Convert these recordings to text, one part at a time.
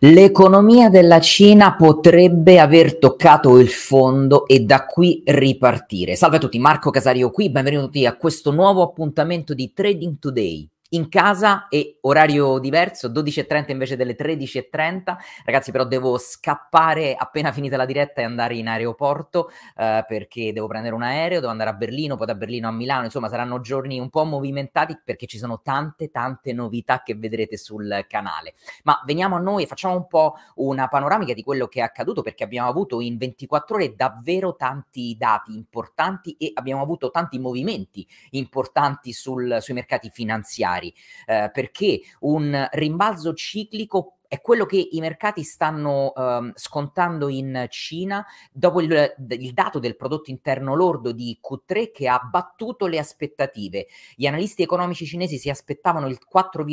L'economia della Cina potrebbe aver toccato il fondo e da qui ripartire. Salve a tutti, Marco Casario qui, benvenuti a questo nuovo appuntamento di Trading Today. In casa e orario diverso, 12:30 invece delle 13:30. Ragazzi, però devo scappare appena finita la diretta e andare in aeroporto perché devo prendere un aereo, devo andare a Berlino, poi da Berlino a Milano. Insomma, saranno giorni un po' movimentati perché ci sono tante novità che vedrete sul canale. Ma veniamo a noi e facciamo un po' una panoramica di quello che è accaduto, perché abbiamo avuto in 24 ore davvero tanti dati importanti e abbiamo avuto tanti movimenti importanti sui mercati finanziari, perché un rimbalzo ciclico è quello che i mercati stanno scontando in Cina dopo il dato del prodotto interno lordo di Q3 che ha battuto le aspettative. Gli analisti economici cinesi si aspettavano il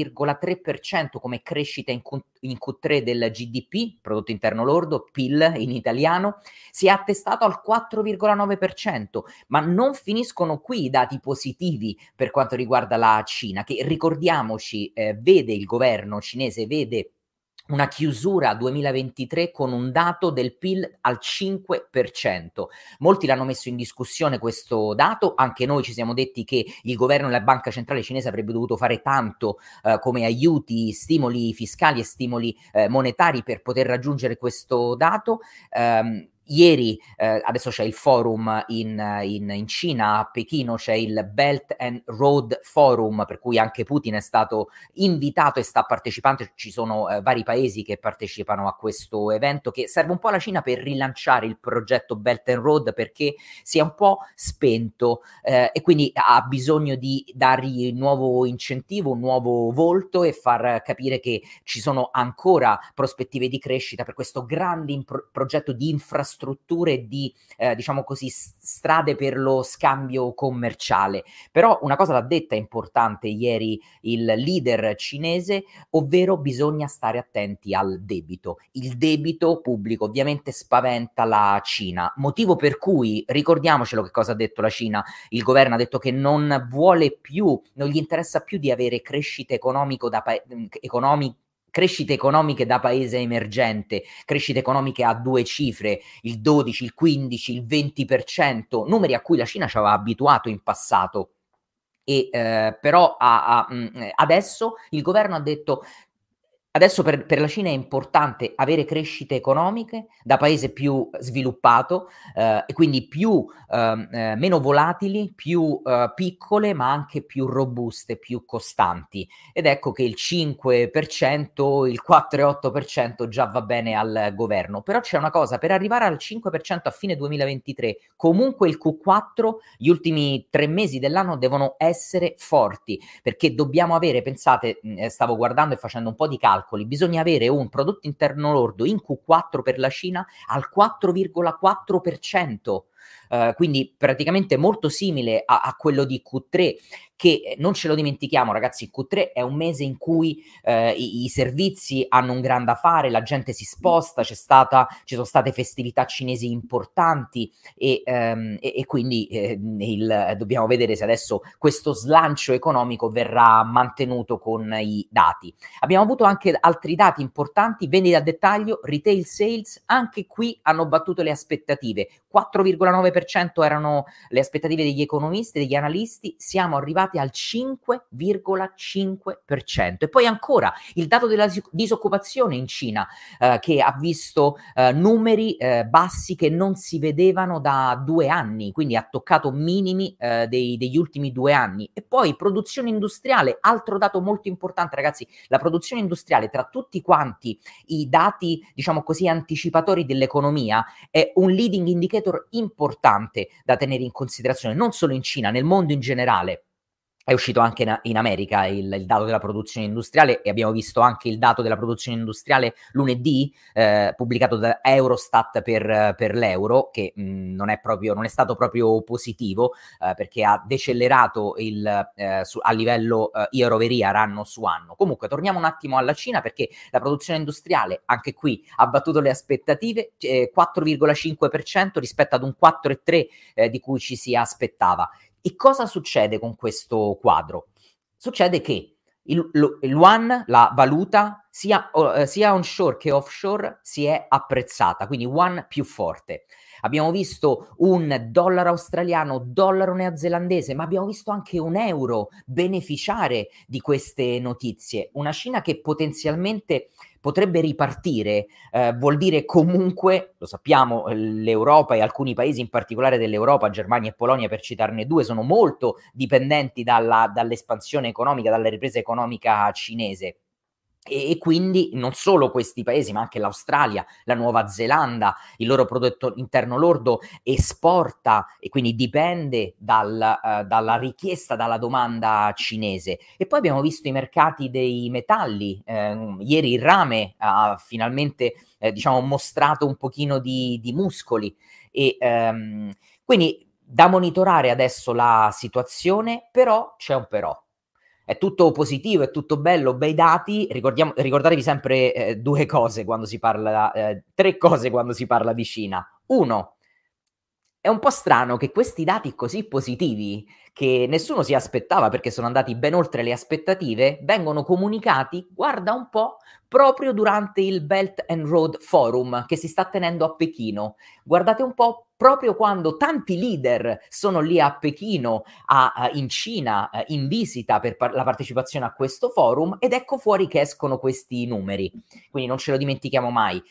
4,3% come crescita in Q3 del GDP, prodotto interno lordo, PIL in italiano, si è attestato al 4,9%, ma non finiscono qui i dati positivi per quanto riguarda la Cina, che ricordiamoci vede il governo cinese, vede una chiusura 2023 con un dato del PIL al 5%. Molti l'hanno messo in discussione questo dato, anche noi ci siamo detti che il governo e la banca centrale cinese avrebbe dovuto fare tanto come aiuti, stimoli fiscali e stimoli monetari per poter raggiungere questo dato. Ieri, adesso c'è il forum in Cina, a Pechino c'è il Belt and Road Forum, per cui anche Putin è stato invitato e sta partecipando. Ci sono vari paesi che partecipano a questo evento, che serve un po' alla Cina per rilanciare il progetto Belt and Road, perché si è un po' spento e quindi ha bisogno di dargli un nuovo incentivo, un nuovo volto e far capire che ci sono ancora prospettive di crescita per questo grande progetto di infrastrutture e di diciamo così strade per lo scambio commerciale. Però una cosa l'ha detta importante ieri il leader cinese, ovvero bisogna stare attenti al debito. Il debito pubblico ovviamente spaventa la Cina, motivo per cui, ricordiamocelo che cosa ha detto la Cina, il governo ha detto che non vuole più, non gli interessa più di avere crescite crescite economiche da paese emergente, crescite economiche a due cifre, il 12, il 15, il 20%, numeri a cui la Cina ci aveva abituato in passato. E però adesso il governo ha detto: adesso per la Cina è importante avere crescite economiche da paese più sviluppato e quindi meno volatili, più piccole, ma anche più robuste, più costanti. Ed ecco che il 5%, il 4,8% già va bene al governo. Però c'è una cosa: per arrivare al 5% a fine 2023, comunque il Q4, gli ultimi 3 mesi dell'anno devono essere forti, perché dobbiamo avere, pensate, stavo guardando e facendo un po' di calcoli, bisogna avere un prodotto interno lordo in Q4 per la Cina al 4,4%. Quindi praticamente molto simile a quello di Q3, che non ce lo dimentichiamo ragazzi, Q3 è un mese in cui i servizi hanno un gran da fare, la gente si sposta, ci sono state festività cinesi importanti e quindi dobbiamo vedere se adesso questo slancio economico verrà mantenuto con i dati. Abbiamo avuto anche altri dati importanti, vendite a dettaglio, retail sales, anche qui hanno battuto le aspettative, 4,9% erano le aspettative degli economisti, degli analisti, siamo arrivati al 5,5%. E poi ancora il dato della disoccupazione in Cina, che ha visto numeri bassi che non si vedevano da 2 anni, quindi ha toccato minimi degli ultimi 2 anni. E poi produzione industriale, altro dato molto importante ragazzi, la produzione industriale tra tutti quanti i dati, diciamo così, anticipatori dell'economia, è un leading indicator importante da tenere in considerazione, non solo in Cina, nel mondo in generale. È uscito anche in America il dato della produzione industriale e abbiamo visto anche il dato della produzione industriale lunedì, pubblicato da Eurostat per l'euro, che non è stato proprio positivo, perché ha decelerato a livello year over year, anno su anno. Comunque torniamo un attimo alla Cina, perché la produzione industriale anche qui ha battuto le aspettative, 4,5% rispetto ad un 4,3% di cui ci si aspettava. E cosa succede con questo quadro? Succede che il yuan, la valuta, sia onshore che offshore, si è apprezzata, quindi yuan più forte. Abbiamo visto un dollaro australiano, dollaro neozelandese, ma abbiamo visto anche un euro beneficiare di queste notizie. Una Cina che potenzialmente potrebbe ripartire, vuol dire comunque, lo sappiamo, l'Europa e alcuni paesi in particolare dell'Europa, Germania e Polonia per citarne due, sono molto dipendenti dall'espansione economica, dalla ripresa economica cinese. E quindi non solo questi paesi, ma anche l'Australia, la Nuova Zelanda, il loro prodotto interno lordo esporta e quindi dipende dalla richiesta, dalla domanda cinese. E poi abbiamo visto i mercati dei metalli. Ieri il rame ha finalmente diciamo, mostrato un pochino di muscoli. E quindi da monitorare adesso la situazione, però c'è un però. È tutto positivo, è tutto bello, bei dati. Ricordatevi sempre due cose quando si parla, tre cose quando si parla di Cina. Uno, è un po' strano che questi dati così positivi, che nessuno si aspettava perché sono andati ben oltre le aspettative, vengono comunicati, guarda un po', proprio durante il Belt and Road Forum che si sta tenendo a Pechino. Guardate un po', proprio quando tanti leader sono lì a Pechino, in Cina, in visita per la partecipazione a questo forum, ed ecco fuori che escono questi numeri. Quindi non ce lo dimentichiamo mai.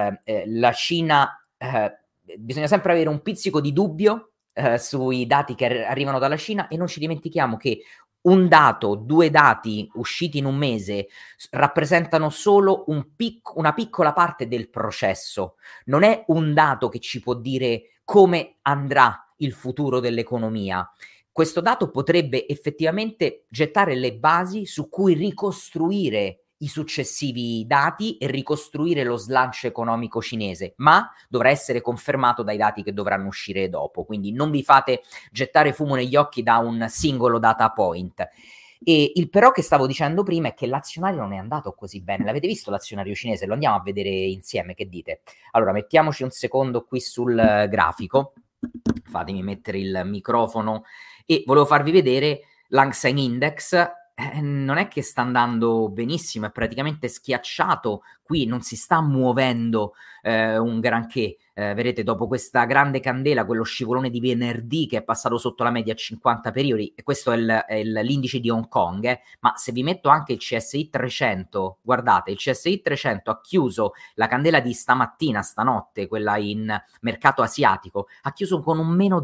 La Cina... bisogna sempre avere un pizzico di dubbio sui dati che arrivano dalla Cina, e non ci dimentichiamo che un dato, due dati usciti in un mese rappresentano solo una piccola parte del processo. Non è un dato che ci può dire come andrà il futuro dell'economia. Questo dato potrebbe effettivamente gettare le basi su cui ricostruire i successivi dati e ricostruire lo slancio economico cinese, ma dovrà essere confermato dai dati che dovranno uscire dopo, quindi non vi fate gettare fumo negli occhi da un singolo data point. E il però che stavo dicendo prima è che l'azionario non è andato così bene. L'avete visto l'azionario cinese? Lo andiamo a vedere insieme, che dite? Allora, mettiamoci un secondo qui sul grafico, fatemi mettere il microfono, e volevo farvi vedere l'Hang Seng Index. Non è che sta andando benissimo, è praticamente schiacciato, qui non si sta muovendo un granché. Vedete, dopo questa grande candela, quello scivolone di venerdì che è passato sotto la media a 50 periodi, e questo è l'indice di Hong Kong, ma se vi metto anche il CSI 300, guardate, il CSI 300 ha chiuso la candela di stamattina, stanotte, quella in mercato asiatico, ha chiuso con un meno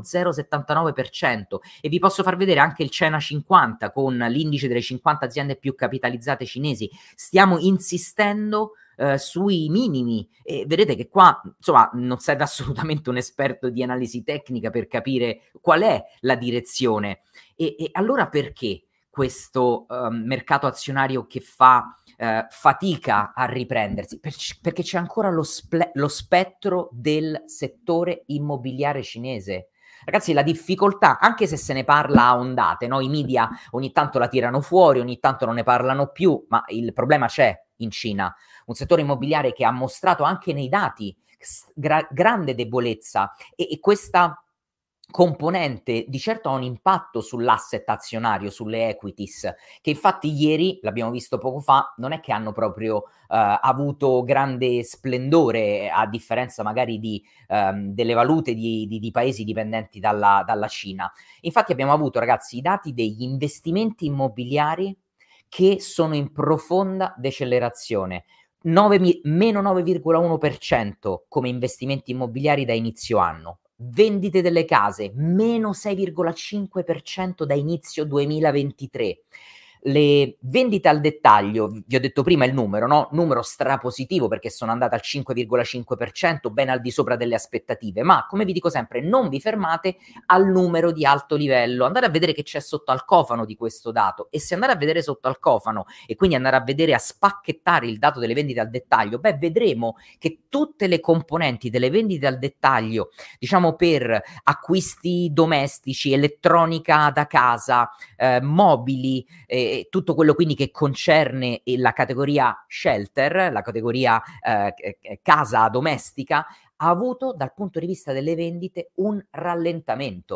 0,79%, e vi posso far vedere anche il China 50 con l'indice delle 50 aziende più capitalizzate cinesi. Stiamo insistendo sui minimi, e vedete che qua insomma non serve assolutamente un esperto di analisi tecnica per capire qual è la direzione. E allora perché questo mercato azionario che fa fatica a riprendersi? Perché c'è ancora lo spettro del settore immobiliare cinese. Ragazzi, la difficoltà, anche se se ne parla a ondate, no? I media ogni tanto la tirano fuori, ogni tanto non ne parlano più, ma il problema c'è in Cina. Un settore immobiliare che ha mostrato anche nei dati grande debolezza, e questa componente di certo ha un impatto sull'asset azionario, sulle equities, che infatti ieri, l'abbiamo visto poco fa, non è che hanno proprio avuto grande splendore, a differenza magari delle valute di paesi dipendenti dalla Cina. Infatti abbiamo avuto, ragazzi, i dati degli investimenti immobiliari che sono in profonda decelerazione. Meno 9,1% come investimenti immobiliari da inizio anno. Vendite delle case, meno 6,5% da inizio 2023. Le vendite al dettaglio, vi ho detto prima il numero, no? Numero strapositivo perché sono andate al 5,5%, ben al di sopra delle aspettative, ma come vi dico sempre, non vi fermate al numero di alto livello, andate a vedere che c'è sotto al cofano di questo dato, e se andare a vedere sotto al cofano e quindi andare a vedere, a spacchettare il dato delle vendite al dettaglio, beh, vedremo che tutte le componenti delle vendite al dettaglio, diciamo per acquisti domestici, elettronica da casa, mobili, tutto quello quindi che concerne la categoria shelter, la categoria casa domestica, ha avuto dal punto di vista delle vendite un rallentamento.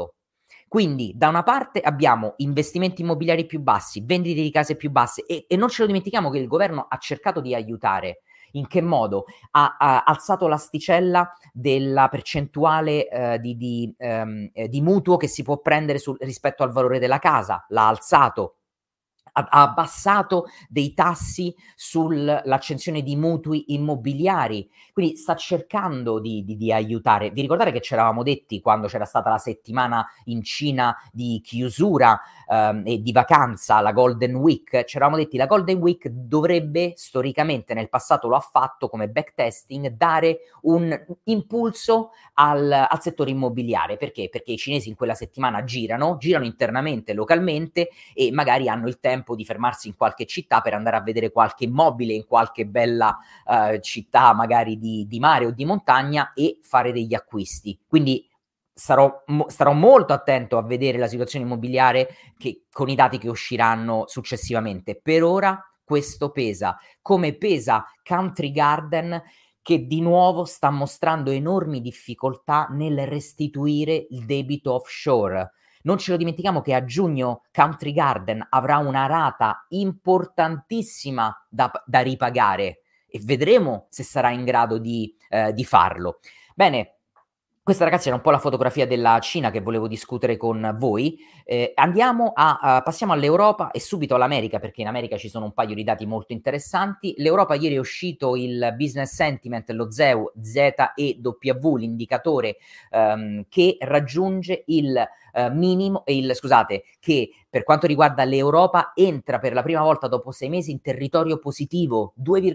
Quindi da una parte abbiamo investimenti immobiliari più bassi, vendite di case più basse e non ce lo dimentichiamo che il governo ha cercato di aiutare. In che modo? Ha alzato l'asticella della percentuale di mutuo che si può prendere rispetto al valore della casa, l'ha alzato. Ha abbassato dei tassi sull'accensione di mutui immobiliari, quindi sta cercando di aiutare. Vi ricordate che ci eravamo detti quando c'era stata la settimana in Cina di chiusura e di vacanza, la Golden Week? Ci eravamo detti la Golden Week dovrebbe, storicamente nel passato lo ha fatto come backtesting, dare un impulso al settore immobiliare. Perché? Perché i cinesi in quella settimana girano internamente, localmente, e magari hanno il tempo di fermarsi in qualche città per andare a vedere qualche immobile in qualche bella città magari di mare o di montagna e fare degli acquisti. Quindi starò molto attento a vedere la situazione immobiliare con i dati che usciranno successivamente. Per ora questo pesa, come pesa Country Garden, che di nuovo sta mostrando enormi difficoltà nel restituire il debito offshore. Non ce lo dimentichiamo che a giugno Country Garden avrà una rata importantissima da ripagare e vedremo se sarà in grado di farlo. Bene, questa ragazzi era un po' la fotografia della Cina che volevo discutere con voi. Passiamo all'Europa e subito all'America, perché in America ci sono un paio di dati molto interessanti. L'Europa ieri è uscito il business sentiment, lo ZEW, l'indicatore che raggiunge il minimo, che per quanto riguarda l'Europa entra per la prima volta dopo 6 mesi in territorio positivo,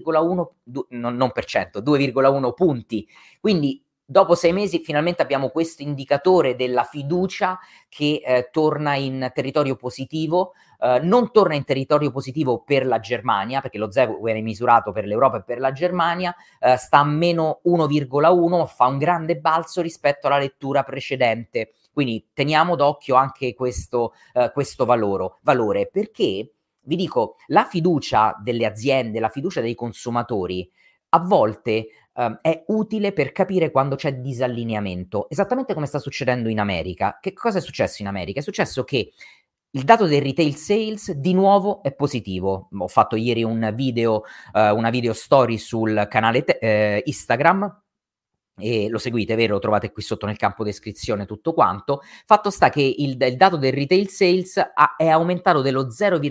2,1 punti. Quindi dopo 6 mesi finalmente abbiamo questo indicatore della fiducia che torna in territorio positivo. Non torna in territorio positivo per la Germania, perché lo ZEW viene misurato per l'Europa e per la Germania, sta a meno 1,1, ma fa un grande balzo rispetto alla lettura precedente. Quindi teniamo d'occhio anche questo valore, perché vi dico, la fiducia delle aziende, la fiducia dei consumatori a volte è utile per capire quando c'è disallineamento, esattamente come sta succedendo in America. Che cosa è successo in America? È successo che il dato del retail sales di nuovo è positivo. Ho fatto ieri una video story sul canale Instagram, e lo seguite, vero? Lo trovate qui sotto nel campo descrizione tutto quanto. Fatto sta che il dato del retail sales è aumentato dello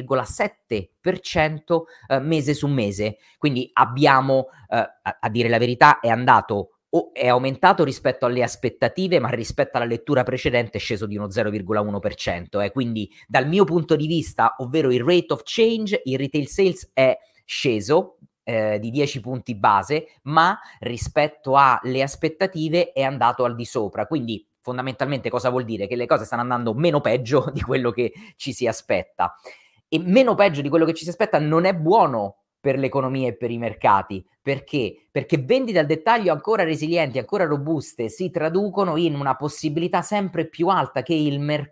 0,7% mese su mese, quindi abbiamo, a dire la verità, è aumentato rispetto alle aspettative, ma rispetto alla lettura precedente è sceso di uno 0,1%. Quindi dal mio punto di vista, ovvero il rate of change, il retail sales è sceso di 10 punti base, ma rispetto alle aspettative è andato al di sopra. Quindi fondamentalmente cosa vuol dire? Che le cose stanno andando meno peggio di quello che ci si aspetta. E meno peggio di quello che ci si aspetta non è buono per l'economia e per i mercati. Perché? Perché vendite al dettaglio ancora resilienti, ancora robuste, si traducono in una possibilità sempre più alta che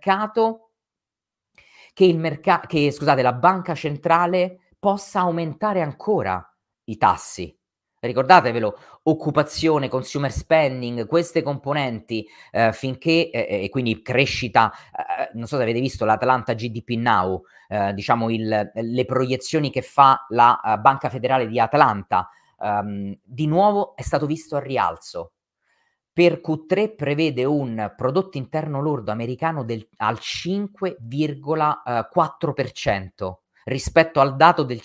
la banca centrale possa aumentare ancora i tassi. Ricordatevelo, occupazione, consumer spending, queste componenti finché, e quindi crescita, non so se avete visto l'Atlanta GDP Now, diciamo le proiezioni che fa la Banca Federale di Atlanta, di nuovo è stato visto al rialzo. Per Q3 prevede un prodotto interno lordo americano al 5,4% rispetto al dato del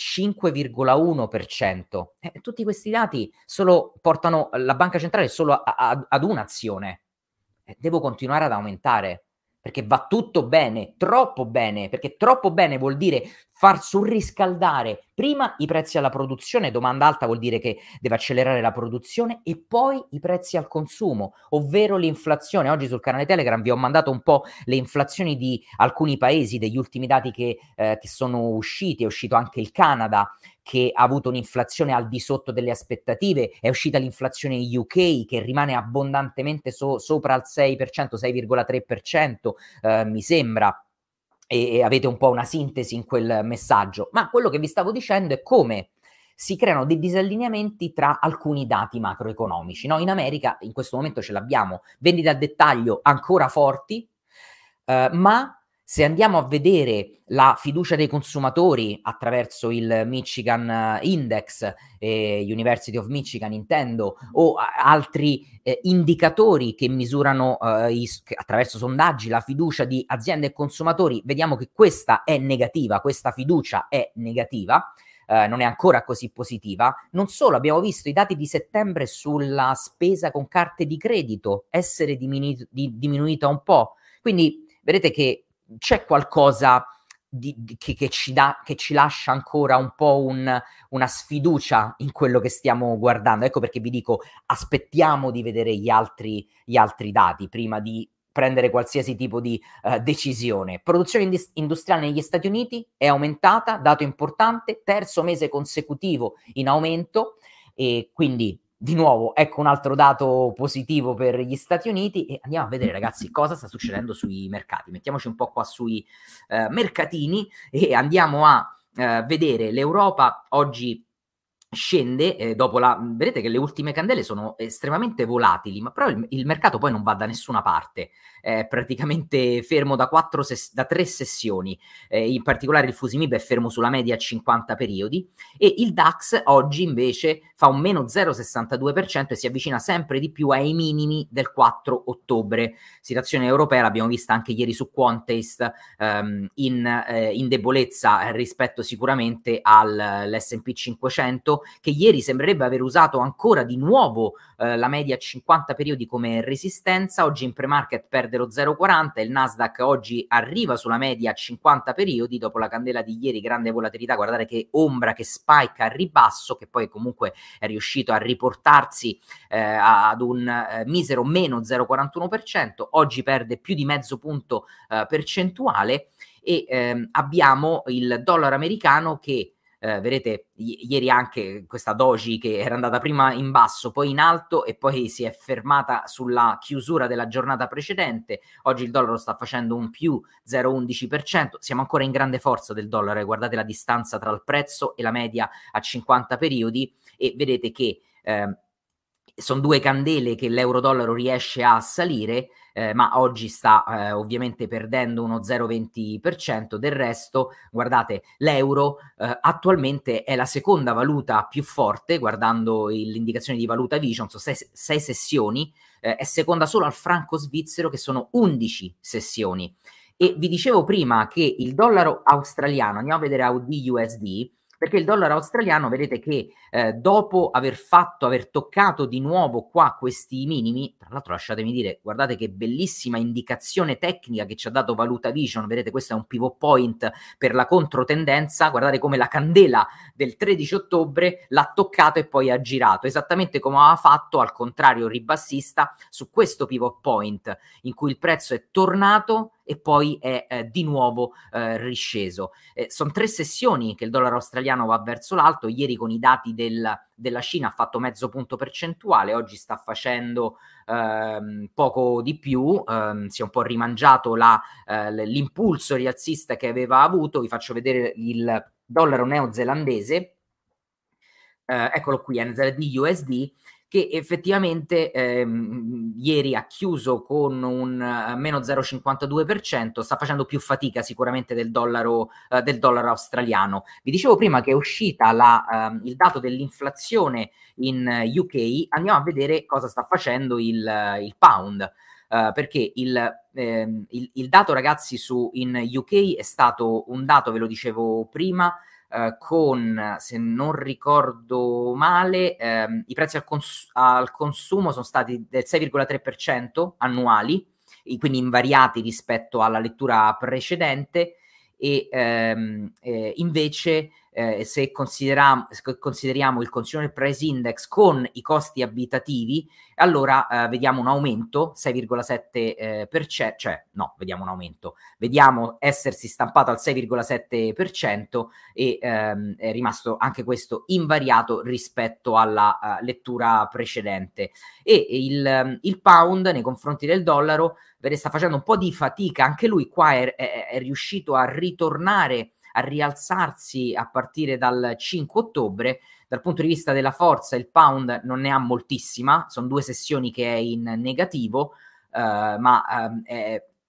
5,1%. Tutti questi dati solo portano la banca centrale solo ad un'azione. Devo continuare ad aumentare perché va tutto bene, troppo bene, perché troppo bene vuol dire far surriscaldare prima i prezzi alla produzione, domanda alta vuol dire che deve accelerare la produzione, e poi i prezzi al consumo, ovvero l'inflazione. Oggi sul canale Telegram vi ho mandato un po' le inflazioni di alcuni paesi, degli ultimi dati che sono usciti. È uscito anche il Canada, che ha avuto un'inflazione al di sotto delle aspettative, è uscita l'inflazione in UK che rimane abbondantemente sopra al 6%, 6,3%, mi sembra, e avete un po' una sintesi in quel messaggio. Ma quello che vi stavo dicendo è come si creano dei disallineamenti tra alcuni dati macroeconomici, no? In America in questo momento ce l'abbiamo, vendite al dettaglio ancora forti, ma se andiamo a vedere la fiducia dei consumatori attraverso il Michigan Index, University of Michigan intendo, o altri indicatori che misurano attraverso sondaggi la fiducia di aziende e consumatori, vediamo che questa è negativa, questa fiducia è negativa. Non è ancora così positiva. Non solo, abbiamo visto i dati di settembre sulla spesa con carte di credito essere diminuita un po'. Quindi vedete che c'è qualcosa che ci lascia ancora un po' una sfiducia in quello che stiamo guardando. Ecco perché vi dico, aspettiamo di vedere gli altri dati prima di prendere qualsiasi tipo di decisione. Produzione industriale negli Stati Uniti è aumentata, dato importante, terzo mese consecutivo in aumento, e quindi di nuovo ecco un altro dato positivo per gli Stati Uniti. E andiamo a vedere, ragazzi, cosa sta succedendo sui mercati. Mettiamoci un po' qua sui mercatini e andiamo a vedere l'Europa oggi. Scende dopo vedete che le ultime candele sono estremamente volatili, ma però il mercato poi non va da nessuna parte, è praticamente fermo da 3 sessioni, in particolare il Fusimib è fermo sulla media a 50 periodi, e il DAX oggi invece fa un meno 0,62% e si avvicina sempre di più ai minimi del 4 ottobre. Situazione europea l'abbiamo vista anche ieri su Quantest, in debolezza rispetto sicuramente all'S&P 500, che ieri sembrerebbe aver usato ancora di nuovo la media 50 periodi come resistenza. Oggi in pre-market perde lo 0,40, il Nasdaq oggi arriva sulla media 50 periodi dopo la candela di ieri, grande volatilità, guardate che ombra, che spike a ribasso, che poi comunque è riuscito a riportarsi ad un misero meno 0,41%, oggi perde più di mezzo punto percentuale, e abbiamo il dollaro americano che vedete ieri anche questa doji che era andata prima in basso, poi in alto e poi si è fermata sulla chiusura della giornata precedente. Oggi il dollaro sta facendo un più 0,11%, siamo ancora in grande forza del dollaro, guardate la distanza tra il prezzo e la media a 50 periodi e vedete che sono 2 candele che l'euro-dollaro riesce a salire, ma oggi sta ovviamente perdendo uno 0,20%. Del resto, guardate, l'euro attualmente è la seconda valuta più forte, guardando l'indicazione di Valuta Vision, sono 6 sessioni, è seconda solo al franco svizzero che sono 11 sessioni. E vi dicevo prima che il dollaro australiano, andiamo a vedere AUD-USD, perché il dollaro australiano vedete che dopo aver toccato di nuovo qua questi minimi, tra l'altro lasciatemi dire, guardate che bellissima indicazione tecnica che ci ha dato Valuta Vision, vedete questo è un pivot point per la controtendenza, guardate come la candela del 13 ottobre l'ha toccato e poi ha girato, esattamente come aveva fatto al contrario ribassista su questo pivot point in cui il prezzo è tornato e poi è di nuovo risceso. Sono 3 sessioni che il dollaro australiano va verso l'alto, ieri con i dati della Cina ha fatto mezzo punto percentuale, oggi sta facendo poco di più, si è un po' rimangiato l'impulso rialzista che aveva avuto. Vi faccio vedere il dollaro neozelandese, eccolo qui, NZD-USD, che effettivamente ieri ha chiuso con un meno 0,52%, sta facendo più fatica sicuramente del dollaro australiano. Vi dicevo prima che è uscita il dato dell'inflazione in UK, andiamo a vedere cosa sta facendo il pound. Perché il dato, ragazzi, in UK è stato un dato, ve lo dicevo prima, con, se non ricordo male, i prezzi al consumo sono stati del 6,3% annuali, quindi invariati rispetto alla lettura precedente, e invece se consideriamo il Consumer Price Index con i costi abitativi, allora vediamo un aumento 6,7%, cioè no, vediamo un aumento, vediamo essersi stampato al 6,7% e è rimasto anche questo invariato rispetto alla lettura precedente. E il pound nei confronti del dollaro sta facendo un po' di fatica, anche lui qua è riuscito a ritornare, a rialzarsi a partire dal 5 ottobre. Dal punto di vista della forza il pound non ne ha moltissima, sono 2 sessioni che è in negativo, ma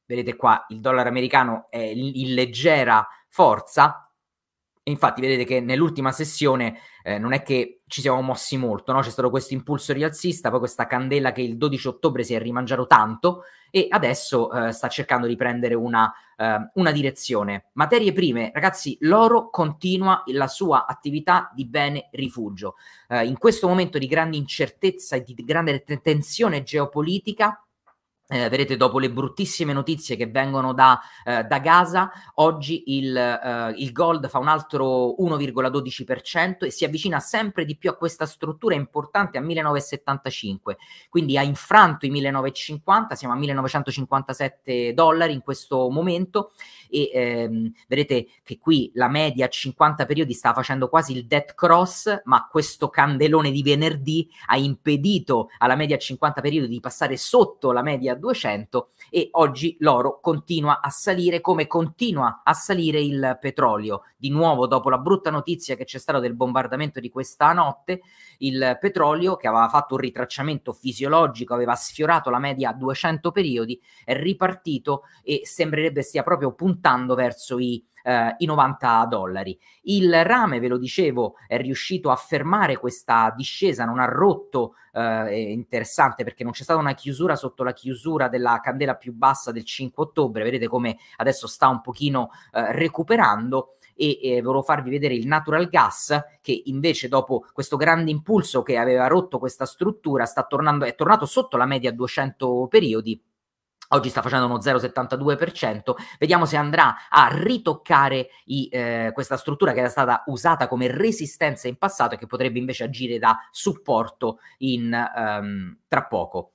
vedete qua il dollaro americano è in leggera forza. E infatti vedete che nell'ultima sessione non è che ci siamo mossi molto, no? C'è stato questo impulso rialzista, poi questa candela che il 12 ottobre si è rimangiato tanto e adesso sta cercando di prendere una direzione. Materie prime, ragazzi, l'oro continua la sua attività di bene rifugio. In questo momento di grande incertezza e di grande tensione geopolitica, vedete, dopo le bruttissime notizie che vengono da Gaza, oggi il gold fa un altro 1,12% e si avvicina sempre di più a questa struttura importante a 1975, quindi ha infranto i 1950, siamo a 1957 dollari in questo momento e vedete che qui la media a 50 periodi sta facendo quasi il dead cross, ma questo candelone di venerdì ha impedito alla media a 50 periodi di passare sotto la media 200 e oggi l'oro continua a salire come continua a salire il petrolio. Di nuovo, dopo la brutta notizia che c'è stato del bombardamento di questa notte, il petrolio, che aveva fatto un ritracciamento fisiologico, aveva sfiorato la media a 200 periodi, è ripartito e sembrerebbe stia proprio puntando verso i 90 dollari. Il rame, ve lo dicevo, è riuscito a fermare questa discesa, non ha rotto, interessante perché non c'è stata una chiusura sotto la chiusura della candela più bassa del 5 ottobre, vedete come adesso sta un pochino recuperando e volevo farvi vedere il natural gas che invece dopo questo grande impulso che aveva rotto questa struttura è tornato sotto la media 200 periodi. Oggi sta facendo uno 0,72%, vediamo se andrà a ritoccare questa struttura che era stata usata come resistenza in passato e che potrebbe invece agire da supporto tra poco.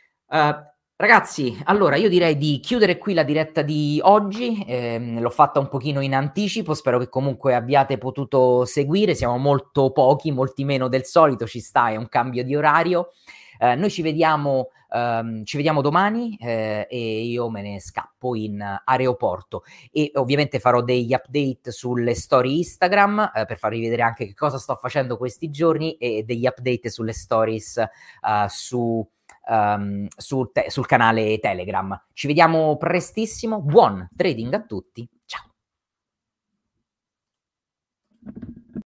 Ragazzi, allora io direi di chiudere qui la diretta di oggi, l'ho fatta un pochino in anticipo, spero che comunque abbiate potuto seguire, siamo molto pochi, molti meno del solito, ci sta, è un cambio di orario. Noi ci vediamo domani e io me ne scappo in aeroporto e ovviamente farò degli update sulle storie Instagram per farvi vedere anche che cosa sto facendo questi giorni e degli update sulle stories sul canale Telegram. Ci vediamo prestissimo, buon trading a tutti.